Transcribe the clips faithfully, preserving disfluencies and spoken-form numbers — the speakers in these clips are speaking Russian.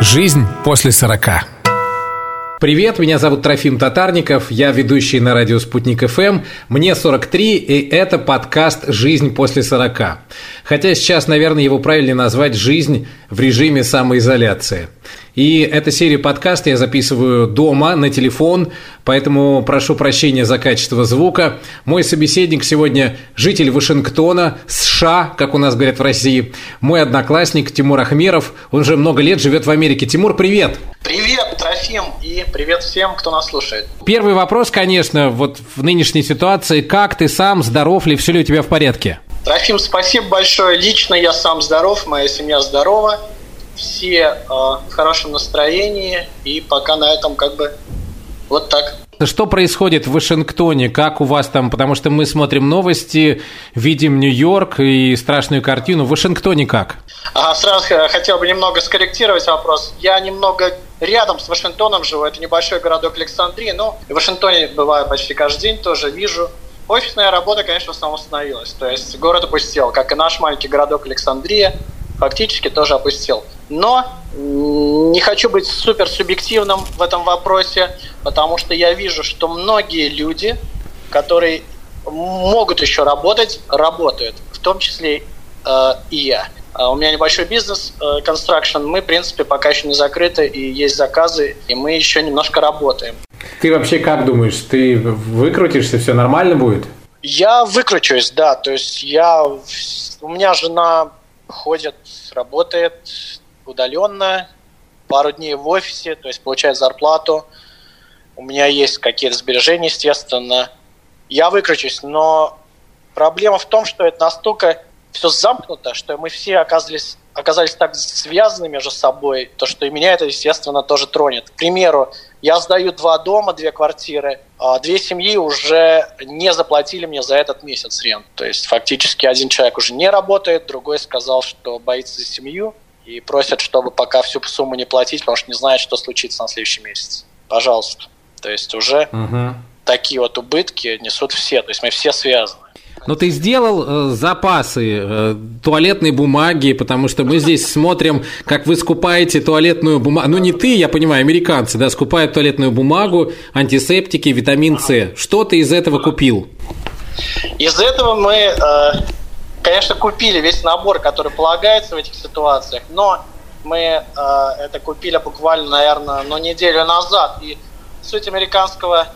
Жизнь после сорока. Привет, меня зовут Трофим Татарников, я ведущий на радио «Спутник эф эм», мне сорок три, и это подкаст «Жизнь после сорока». Хотя сейчас, наверное, его правильнее назвать «Жизнь в режиме самоизоляции». И эту серию подкаста я записываю дома, на телефон, поэтому прошу прощения за качество звука. Мой собеседник сегодня житель Вашингтона, США, как у нас говорят в России, мой одноклассник Тимур Ахмеров, он уже много лет живет в Америке. Тимур, привет! Привет, Трофим, и привет всем, кто нас слушает. Первый вопрос, конечно, вот в нынешней ситуации, как ты сам, здоров ли, все ли у тебя в порядке? Трофим, спасибо большое. Лично я сам здоров, моя семья здорова. Все э, в хорошем настроении, и пока на этом как бы вот так. Что происходит в Вашингтоне? Как у вас там? Потому что мы смотрим новости, видим Нью-Йорк и страшную картину. В Вашингтоне как? Ага, сразу хотел бы немного скорректировать вопрос. Я немного рядом с Вашингтоном живу, это небольшой городок Александрия, но в Вашингтоне бываю почти каждый день, тоже вижу. Офисная работа, конечно, в основном остановилась. То есть город опустел, как и наш маленький городок Александрия, фактически тоже опустел. Но не хочу быть супер субъективным в этом вопросе, потому что я вижу, что многие люди, которые могут еще работать, работают, в том числе э, и я. Uh, у меня небольшой бизнес, uh, construction, мы, в принципе, пока еще не закрыты, и есть заказы, и мы еще немножко работаем. Ты вообще как думаешь, ты выкрутишься, все нормально будет? Я выкручусь, да, то есть я, у меня жена ходит, работает удаленно, пару дней в офисе, то есть получает зарплату, у меня есть какие-то сбережения, естественно, я выкручусь, но проблема в том, что это настолько все замкнуто, что мы все оказались, оказались так связаны между собой, то, что и меня это, естественно, тоже тронет. К примеру, я сдаю два дома, две квартиры, а две семьи уже не заплатили мне за этот месяц рент. То есть фактически один человек уже не работает, другой сказал, что боится за семью и просят, чтобы пока всю сумму не платить, потому что не знает, что случится на следующий месяц. Пожалуйста. То есть уже угу. такие вот убытки несут все, то есть мы все связаны. Но ты сделал э, запасы э, туалетной бумаги, потому что мы здесь смотрим, как вы скупаете туалетную бумагу. Ну, не ты, я понимаю, американцы, да, скупают туалетную бумагу, антисептики, витамин С. Что ты из этого купил? Из этого мы, э, конечно, купили весь набор, который полагается в этих ситуациях, но мы э, это купили буквально, наверное, ну, неделю назад. И суть американского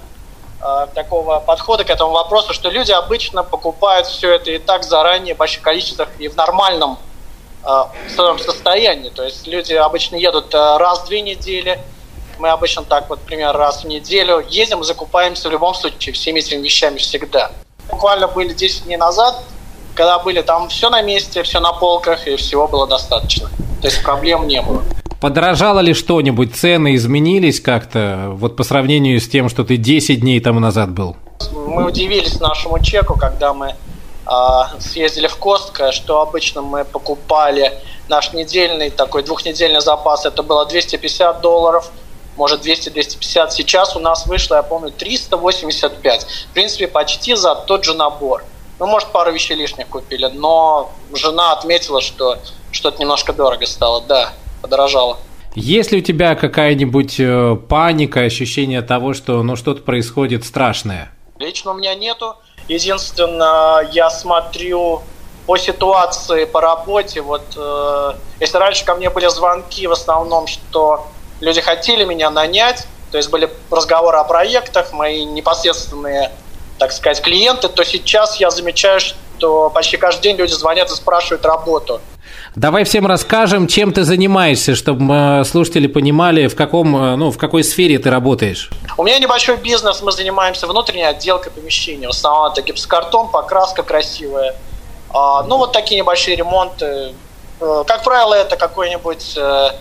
такого подхода к этому вопросу, что люди обычно покупают все это и так заранее в больших количествах и в нормальном э, своем состоянии. То есть люди обычно едут э, раз в две недели, мы обычно так вот, примерно раз в неделю едем и закупаемся в любом случае всеми этими вещами всегда. Буквально были десять дней назад, когда были там все на месте, все на полках и всего было достаточно. То есть проблем не было. Подорожало ли что-нибудь? Цены изменились как-то вот по сравнению с тем, что ты десять дней тому назад был? Мы удивились нашему чеку, когда мы э, съездили в Костко, что обычно мы покупали наш недельный, такой двухнедельный запас, это было двести пятьдесят долларов, может двести - двести пятьдесят. Сейчас у нас вышло, я помню, триста восемьдесят пять. В принципе, почти за тот же набор. Ну, может, пару вещей лишних купили, но жена отметила, что что-то немножко дорого стало, да. Подорожало. Есть ли у тебя какая-нибудь э, паника, ощущение того, что ну, что-то происходит страшное? Лично у меня нету. Единственное, я смотрю по ситуации, по работе. Вот, э, если раньше ко мне были звонки в основном, что люди хотели меня нанять, то есть были разговоры о проектах, мои непосредственные, так сказать, клиенты, то сейчас я замечаю, что почти каждый день люди звонят и спрашивают работу. Давай всем расскажем, чем ты занимаешься, чтобы слушатели понимали, в каком, ну, в какой сфере ты работаешь. У меня небольшой бизнес, мы занимаемся внутренней отделкой помещения. В основном это гипсокартон, покраска красивая. А, ну, вот такие небольшие ремонты. Как правило, это какой-нибудь,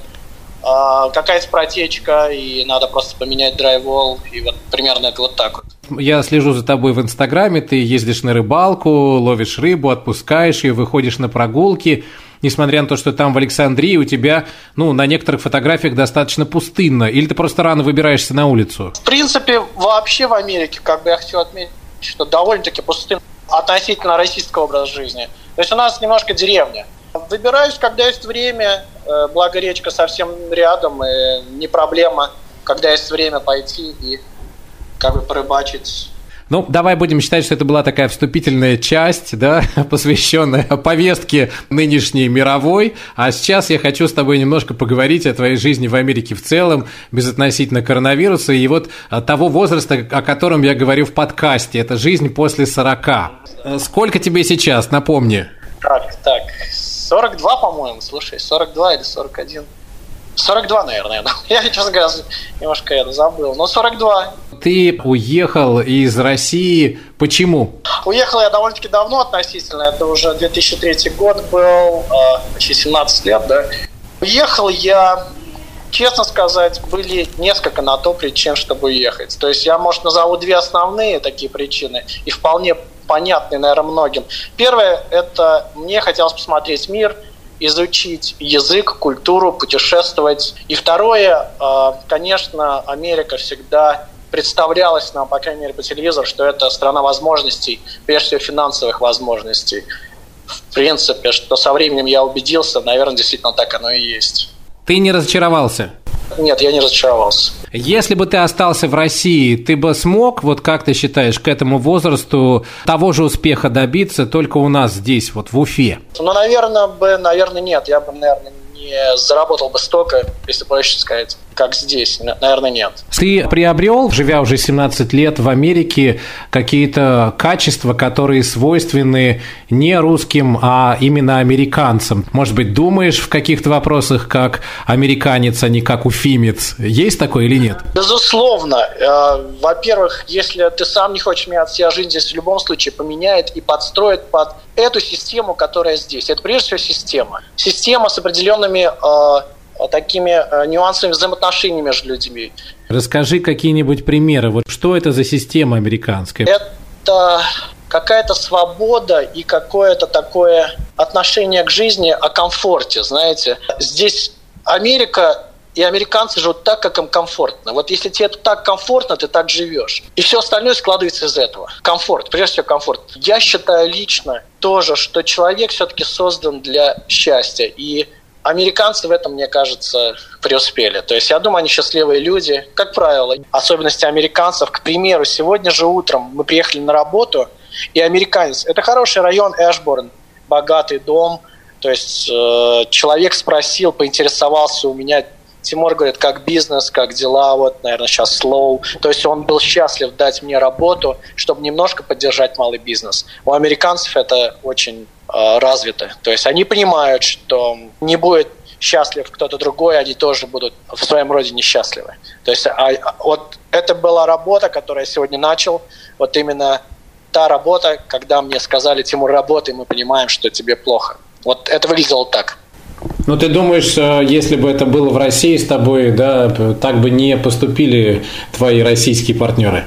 а, какая-то протечка, и надо просто поменять драйвол, и вот примерно это вот так вот. Я слежу за тобой в Инстаграме, ты ездишь на рыбалку, ловишь рыбу, отпускаешь ее, выходишь на прогулки. Несмотря на то, что там в Александрии у тебя, ну, на некоторых фотографиях достаточно пустынно, или ты просто рано выбираешься на улицу? В принципе, вообще в Америке, как бы я хотел отметить, что довольно-таки пустынно относительно российского образа жизни. То есть у нас немножко деревня. Выбираюсь, когда есть время, благо речка совсем рядом, и не проблема, когда есть время пойти и как бы порыбачить. Ну, давай будем считать, что это была такая вступительная часть, да, посвященная повестке нынешней мировой. А сейчас я хочу с тобой немножко поговорить о твоей жизни в Америке в целом, безотносительно коронавируса, и вот того возраста, о котором я говорю в подкасте. Это жизнь после сорока. Сколько тебе сейчас, напомни? Так, так, сорок два, по-моему, слушай, сорок два или сорок один. сорок два, наверное. Я, честно говоря, немножко это забыл. Но сорок два. Ты уехал из России. Почему? Уехал я довольно-таки давно относительно. Это уже две тысячи третий год был, почти семнадцать лет, да. Уехал я, честно сказать, были несколько на то причин, чтобы уехать. То есть я, может, назову две основные такие причины, и вполне понятные, наверное, многим. Первое, это мне хотелось посмотреть мир, изучить язык, культуру, путешествовать. И второе, конечно, Америка всегда представлялась нам, по крайней мере, по телевизору, что это страна возможностей, прежде всего финансовых возможностей. В принципе, что со временем я убедился, наверное, действительно так оно и есть. Ты не разочаровался? Нет, я не разочаровался. Если бы ты остался в России, ты бы смог, вот как ты считаешь, к этому возрасту того же успеха добиться только у нас здесь, вот в Уфе? Ну, наверное, бы, наверное, нет. Я бы, наверное, не заработал бы столько, если проще сказать, как здесь. Наверное, нет. Ты приобрел, живя уже семнадцать лет в Америке, какие-то качества, которые свойственны не русским, а именно американцам? Может быть, думаешь в каких-то вопросах как американец, а не как уфимец? Есть такое или нет? Безусловно. Во-первых, если ты сам не хочешь менять себя, жизнь здесь в любом случае поменяет и подстроит под эту систему, которая здесь. Это прежде всего система. Система с определенными такими э, нюансами взаимоотношений между людьми. Расскажи какие-нибудь примеры. Вот что это за система американская? Это какая-то свобода и какое-то такое отношение к жизни о комфорте, знаете. Здесь Америка и американцы живут так, как им комфортно. Вот если тебе так комфортно, ты так живешь. И все остальное складывается из этого. Комфорт, прежде всего комфорт. Я считаю лично тоже, что человек все-таки создан для счастья. И американцы в этом, мне кажется, преуспели. То есть я думаю, они счастливые люди, как правило. Особенности американцев, к примеру, сегодня же утром мы приехали на работу, и американец, это хороший район Эшборн, богатый дом, то есть э, человек спросил, поинтересовался у меня, Тимур говорит, как бизнес, как дела, вот, наверное, сейчас slow. То есть он был счастлив дать мне работу, чтобы немножко поддержать малый бизнес. У американцев это очень э, развито. То есть они понимают, что не будет счастлив кто-то другой, они тоже будут в своем роде несчастливы. То есть а, вот это была работа, которую я сегодня начал. Вот именно та работа, когда мне сказали, Тимур, работай, мы понимаем, что тебе плохо. Вот это выглядело так. Ну, ты думаешь, если бы это было в России с тобой, да, так бы не поступили твои российские партнеры?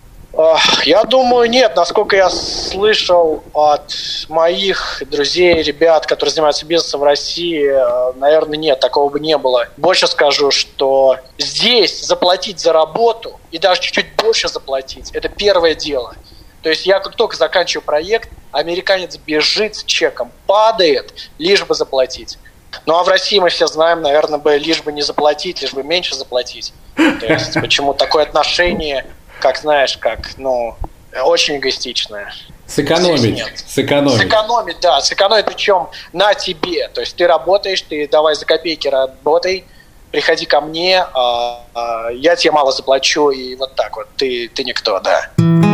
Я думаю, нет. Насколько я слышал от моих друзей, ребят, которые занимаются бизнесом в России, наверное, нет, такого бы не было. Больше скажу, что здесь заплатить за работу и даже чуть-чуть больше заплатить – это первое дело. То есть я как только заканчиваю проект, американец бежит с чеком, падает, лишь бы заплатить. Ну а в России мы все знаем, наверное, бы лишь бы не заплатить, лишь бы меньше заплатить. То есть почему такое отношение, как знаешь, как, ну, очень эгоистичное. Сэкономить. Сэкономить. Сэкономить, да. Сэкономить, причем на тебе. То есть ты работаешь, ты давай за копейки работай, приходи ко мне, а, а, я тебе мало заплачу, и вот так вот. Ты, ты никто, да.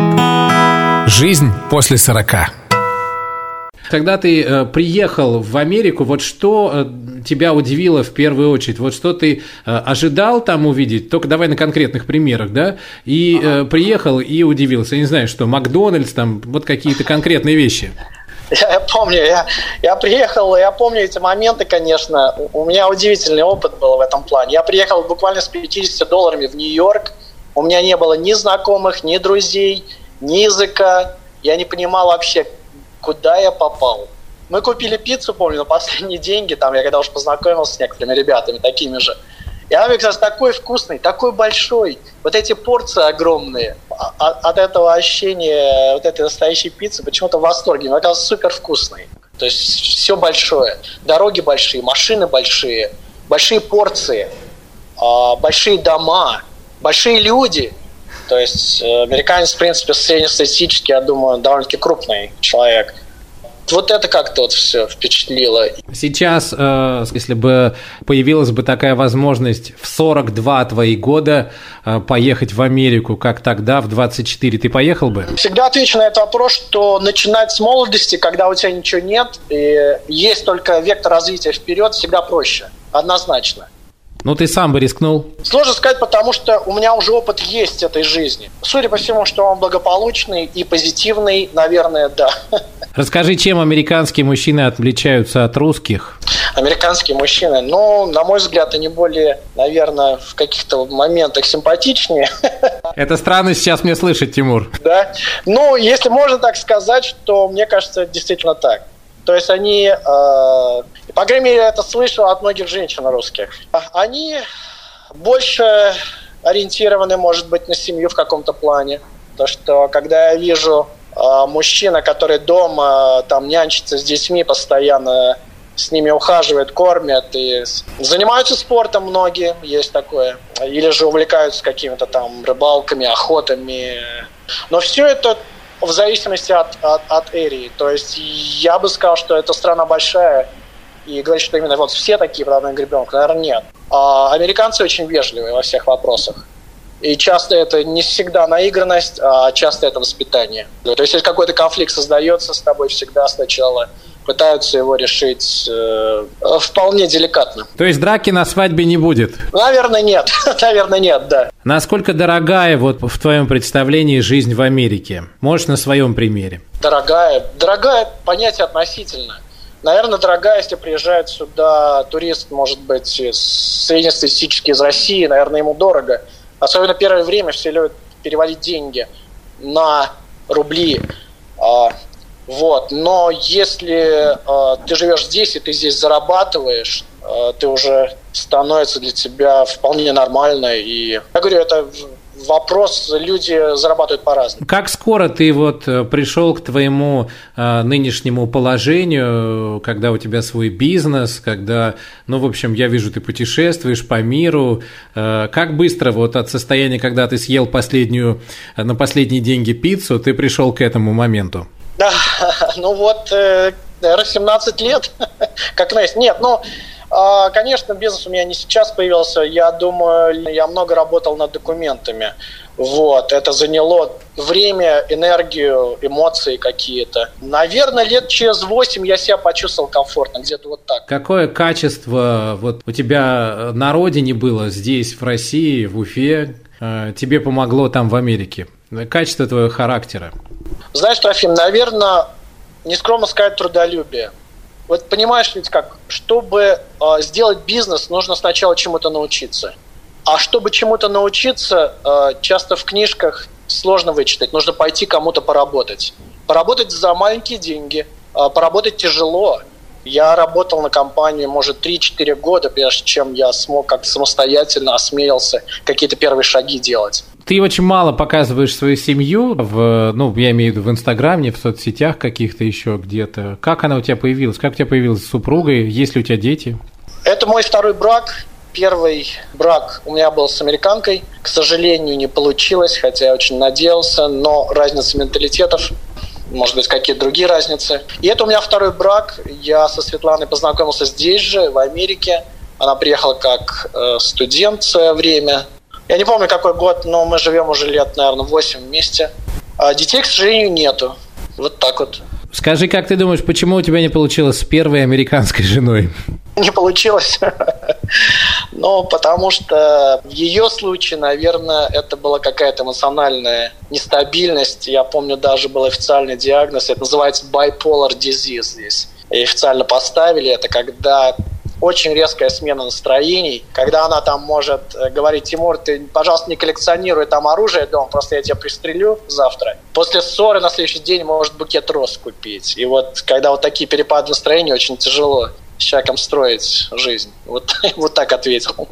Жизнь после сорока. Когда ты э, приехал в Америку, вот что э, тебя удивило в первую очередь? Вот что ты э, ожидал там увидеть? Только давай на конкретных примерах, да? И э, приехал и удивился. Я не знаю, что Макдональдс, там, вот какие-то конкретные вещи. Я, я помню, я, я приехал, я помню эти моменты, конечно. У, у меня удивительный опыт был в этом плане. Я приехал буквально с пятьюдесятью долларами в Нью-Йорк. У меня не было ни знакомых, ни друзей, ни языка. Я не понимал вообще, куда я попал. Мы купили пиццу, помню, на последние деньги, там я когда уже познакомился с некоторыми ребятами, такими же. И она, мне казалась, такой вкусный, такой большой. Вот эти порции огромные. От этого ощущения, вот этой настоящей пиццы, почему-то в восторге. Мне казалось, супер вкусный. То есть все большое. Дороги большие, машины большие, большие порции, большие дома, большие люди. То есть американец, в принципе, среднестатистически, я думаю, довольно-таки крупный человек. Вот это как-то вот все впечатлило. Сейчас, э, если бы появилась бы такая возможность в сорок два твои года э, поехать в Америку, как тогда, в двадцать четыре, ты поехал бы? Всегда отвечу на этот вопрос, что начинать с молодости, когда у тебя ничего нет, и есть только вектор развития вперед, всегда проще, однозначно. Ну, ты сам бы рискнул? Сложно сказать, потому что у меня уже опыт есть этой жизни. Судя по всему, что он благополучный и позитивный, наверное, да. Расскажи, чем американские мужчины отличаются от русских? Американские мужчины, ну, на мой взгляд, они более, наверное, в каких-то моментах симпатичнее. Это странно сейчас мне слышать, Тимур. Да. Ну, если можно так сказать, то мне кажется, действительно так. То есть они, э, по крайней мере, это слышал от многих женщин русских, они больше ориентированы, может быть, на семью в каком-то плане. То, что когда я вижу э, мужчина, который дома там нянчится с детьми, постоянно с ними ухаживает, кормит и занимаются спортом многие, есть такое. Или же увлекаются какими-то там рыбалками, охотами. Но все это в зависимости от, от, от эрии. То есть я бы сказал, что эта страна большая, и говорить, что именно вот все такие продавные гребенки, наверное, нет. А американцы очень вежливые во всех вопросах. И часто это не всегда наигранность, а часто это воспитание. То есть если какой-то конфликт создается с тобой, всегда сначала пытаются его решить э, вполне деликатно. То есть драки на свадьбе не будет? Наверное, нет. Наверное, нет, да. Насколько дорогая вот в твоем представлении жизнь в Америке? Можешь на своем примере? Дорогая? Дорогая понятие относительно. Наверное, дорогая, если приезжает сюда турист, может быть, среднестатистически из России, наверное, ему дорого. Особенно первое время все любят переводить деньги на рубли. Вот. Но если э, ты живешь здесь, и ты здесь зарабатываешь, э, ты уже становится для тебя вполне нормально. И я говорю, это вопрос, люди зарабатывают по-разному. Как скоро ты вот пришел к твоему э, нынешнему положению, когда у тебя свой бизнес, когда, ну, в общем, я вижу, ты путешествуешь по миру. Э, как быстро вот от состояния, когда ты съел последнюю, на последние деньги пиццу, ты пришел к этому моменту? Да, ну вот, наверное, семнадцать лет, как знаешь. Нет, ну, конечно, бизнес у меня не сейчас появился. Я думаю, я много работал над документами. Вот, это заняло время, энергию, эмоции какие-то. Наверное, лет через восемь я себя почувствовал комфортно, где-то вот так. Какое качество вот у тебя на родине было, здесь, в России, в Уфе, тебе помогло там в Америке? Качество твоего характера? Знаешь, Трофим, наверное, нескромно сказать, трудолюбие. Вот понимаешь ведь как, чтобы э, сделать бизнес, нужно сначала чему-то научиться. А чтобы чему-то научиться, э, часто в книжках сложно вычитать. Нужно пойти кому-то поработать. Поработать за маленькие деньги, э, поработать тяжело. Я работал на компании, может, три-четыре года, прежде чем я смог как-то самостоятельно осмелился какие-то первые шаги делать. Ты очень мало показываешь свою семью, в, ну, я имею в виду в Инстаграме, в соцсетях каких-то еще где-то. Как она у тебя появилась? Как у тебя появилась супруга? Есть ли у тебя дети? Это мой второй брак. Первый брак у меня был с американкой. К сожалению, не получилось, хотя я очень надеялся, но разница менталитетов, может быть, какие-то другие разницы. И это у меня второй брак. Я со Светланой познакомился здесь же, в Америке. Она приехала как э, студент в свое время. Я не помню, какой год, но мы живем уже лет, наверное, восемь вместе. А детей, к сожалению, нету. Вот так вот. Скажи, как ты думаешь, почему у тебя не получилось с первой американской женой? Не получилось. Ну, потому что в ее случае, наверное, это была какая-то эмоциональная нестабильность. Я помню, даже был официальный диагноз. Это называется bipolar disease здесь. И официально поставили это, когда очень резкая смена настроений, когда она там может говорить: Тимур, ты, пожалуйста, не коллекционируй там оружие дома, просто я тебя пристрелю завтра. После ссоры на следующий день может букет роз купить. И вот когда вот такие перепады настроения, очень тяжело с человеком строить жизнь. Вот, вот так ответил.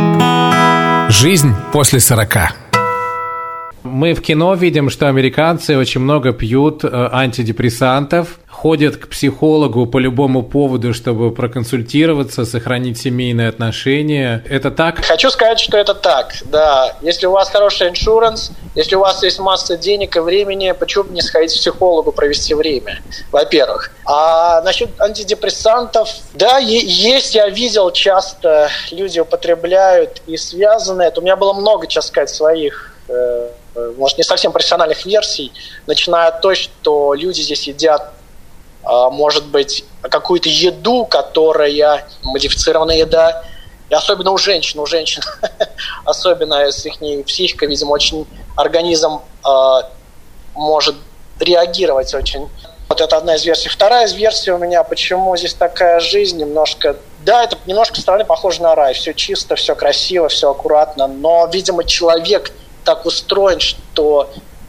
Жизнь после сорока. Мы в кино видим, что американцы очень много пьют антидепрессантов, ходят к психологу по любому поводу, чтобы проконсультироваться, сохранить семейные отношения. Это так? Хочу сказать, что это так, да. Если у вас хороший иншуранс, если у вас есть масса денег и времени, почему бы не сходить к психологу, провести время, во-первых. А насчет антидепрессантов, да, есть, я видел, часто люди употребляют и связаны это. У меня было много, честно сказать, своих, э, может, не совсем профессиональных версий, начиная от той, что люди здесь едят, э, может быть, какую-то еду, которая модифицированная еда, и особенно у женщин, у женщин, особенно с их психикой, видимо, очень организм э, может реагировать очень. Вот это одна из версий. Вторая из версий у меня, почему здесь такая жизнь немножко... Да, это немножко со стороны похоже на рай. Все чисто, все красиво, все аккуратно. Но, видимо, человек так устроен, что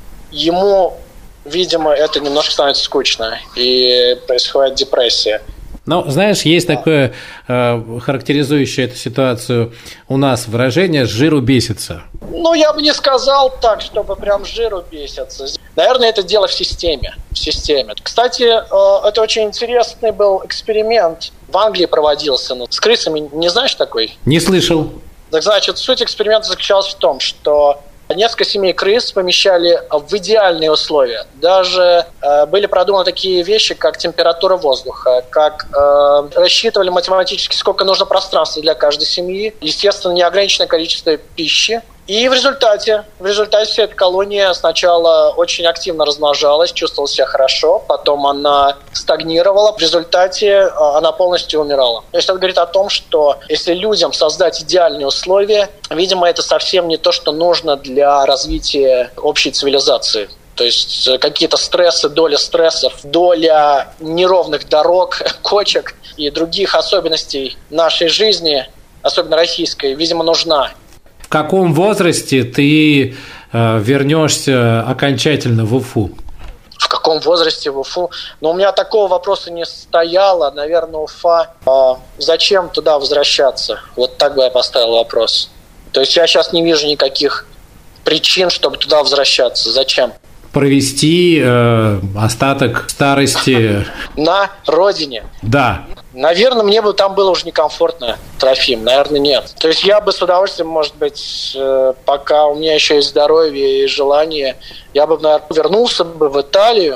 ему, видимо, это немножко становится скучно. И происходит депрессия. Ну, знаешь, есть такое э, характеризующее эту ситуацию у нас выражение «с жиру бесится». Ну, я бы не сказал так, чтобы прям с жиру беситься. Наверное, это дело в системе. В системе. Кстати, э, это очень интересный был эксперимент. В Англии проводился. Ну, с крысами, не знаешь такой? Не слышал. Так, значит, суть эксперимента заключалась в том, что несколько семей крыс помещали в идеальные условия. Даже э, были продуманы такие вещи, как температура воздуха, как э, рассчитывали математически, сколько нужно пространства для каждой семьи. Естественно, неограниченное количество пищи. И в результате, в результате вся эта колония сначала очень активно размножалась, чувствовала себя хорошо, потом она стагнировала, в результате она полностью умирала. То есть это говорит о том, что если людям создать идеальные условия, видимо, это совсем не то, что нужно для развития общей цивилизации. То есть какие-то стрессы, доля стрессов, доля неровных дорог, кочек и других особенностей нашей жизни, особенно российской, видимо, нужна. В каком возрасте ты э, вернешься окончательно в Уфу? В каком возрасте в Уфу? Но у меня такого вопроса не стояло. Наверное, Уфа. Э, зачем туда возвращаться? Вот так бы я поставил вопрос. То есть я сейчас не вижу никаких причин, чтобы туда возвращаться. Зачем? Провести э, остаток старости на родине. Да. Наверное, мне бы там было уже некомфортно, Трофим. Наверное, нет. То есть я бы с удовольствием, может быть, пока у меня еще есть здоровье и желание, я бы, наверное, вернулся бы в Италию,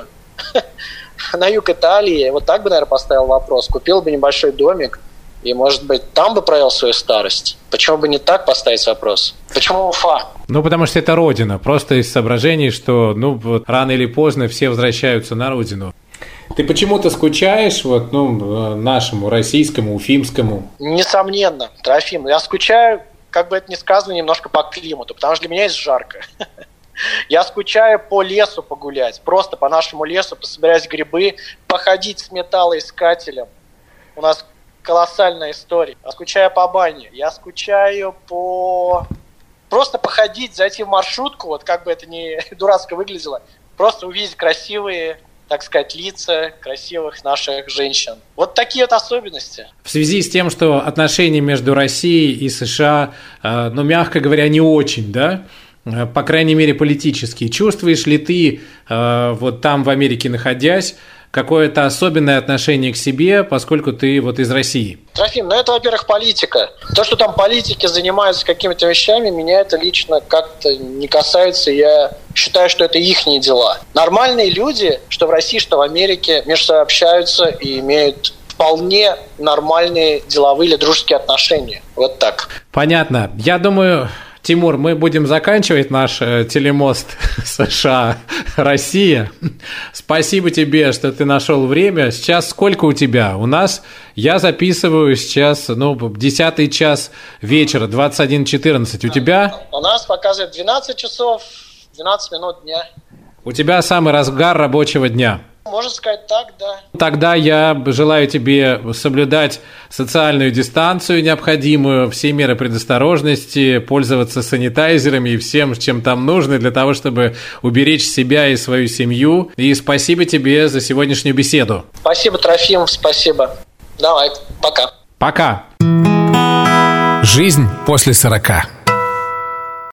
на юг Италии. Вот так бы, наверное, поставил вопрос. Купил бы небольшой домик и, может быть, там бы провел свою старость. Почему бы не так поставить вопрос? Почему Уфа? Ну, потому что это родина. Просто из соображений, что, ну, вот рано или поздно все возвращаются на родину. Ты почему-то скучаешь вот, ну, нашему, российскому, уфимскому? Несомненно, Трофим. Я скучаю, как бы это ни сказано, немножко по климату, потому что для меня здесь жарко. Я скучаю по лесу погулять, просто по нашему лесу, пособирать грибы, походить с металлоискателем. У нас колоссальная история. Я скучаю по бане, я скучаю по... Просто походить, зайти в маршрутку, вот как бы это ни дурацко выглядело, просто увидеть красивые, так сказать, лица красивых наших женщин. Вот такие вот особенности. В связи с тем, что отношения между Россией и США, ну, мягко говоря, не очень, да? По крайней мере, политические. Чувствуешь ли ты, вот там в Америке находясь, какое-то особенное отношение к себе, поскольку ты вот из России? Трофим, ну это, во-первых, политика. То, что там политики занимаются какими-то вещами, меня это лично как-то не касается. Я считаю, что это ихние дела. Нормальные люди, что в России, что в Америке, между собой общаются и имеют вполне нормальные деловые или дружеские отношения. Вот так. Понятно. Я думаю... Тимур, мы будем заканчивать наш э, телемост США-Россия. Спасибо тебе, что ты нашел время. Сейчас сколько у тебя? У нас, я записываю сейчас, ну, десятый час вечера, двадцать один четырнадцать. У тебя? У нас показывает двенадцать часов, двенадцать минут дня. У тебя самый разгар рабочего дня. Можно сказать так, да. Тогда я желаю тебе соблюдать социальную дистанцию необходимую, все меры предосторожности, пользоваться санитайзерами и всем, чем там нужно, для того, чтобы уберечь себя и свою семью. И спасибо тебе за сегодняшнюю беседу. Спасибо, Трофим, спасибо. Давай, пока. Пока. Жизнь после сорока.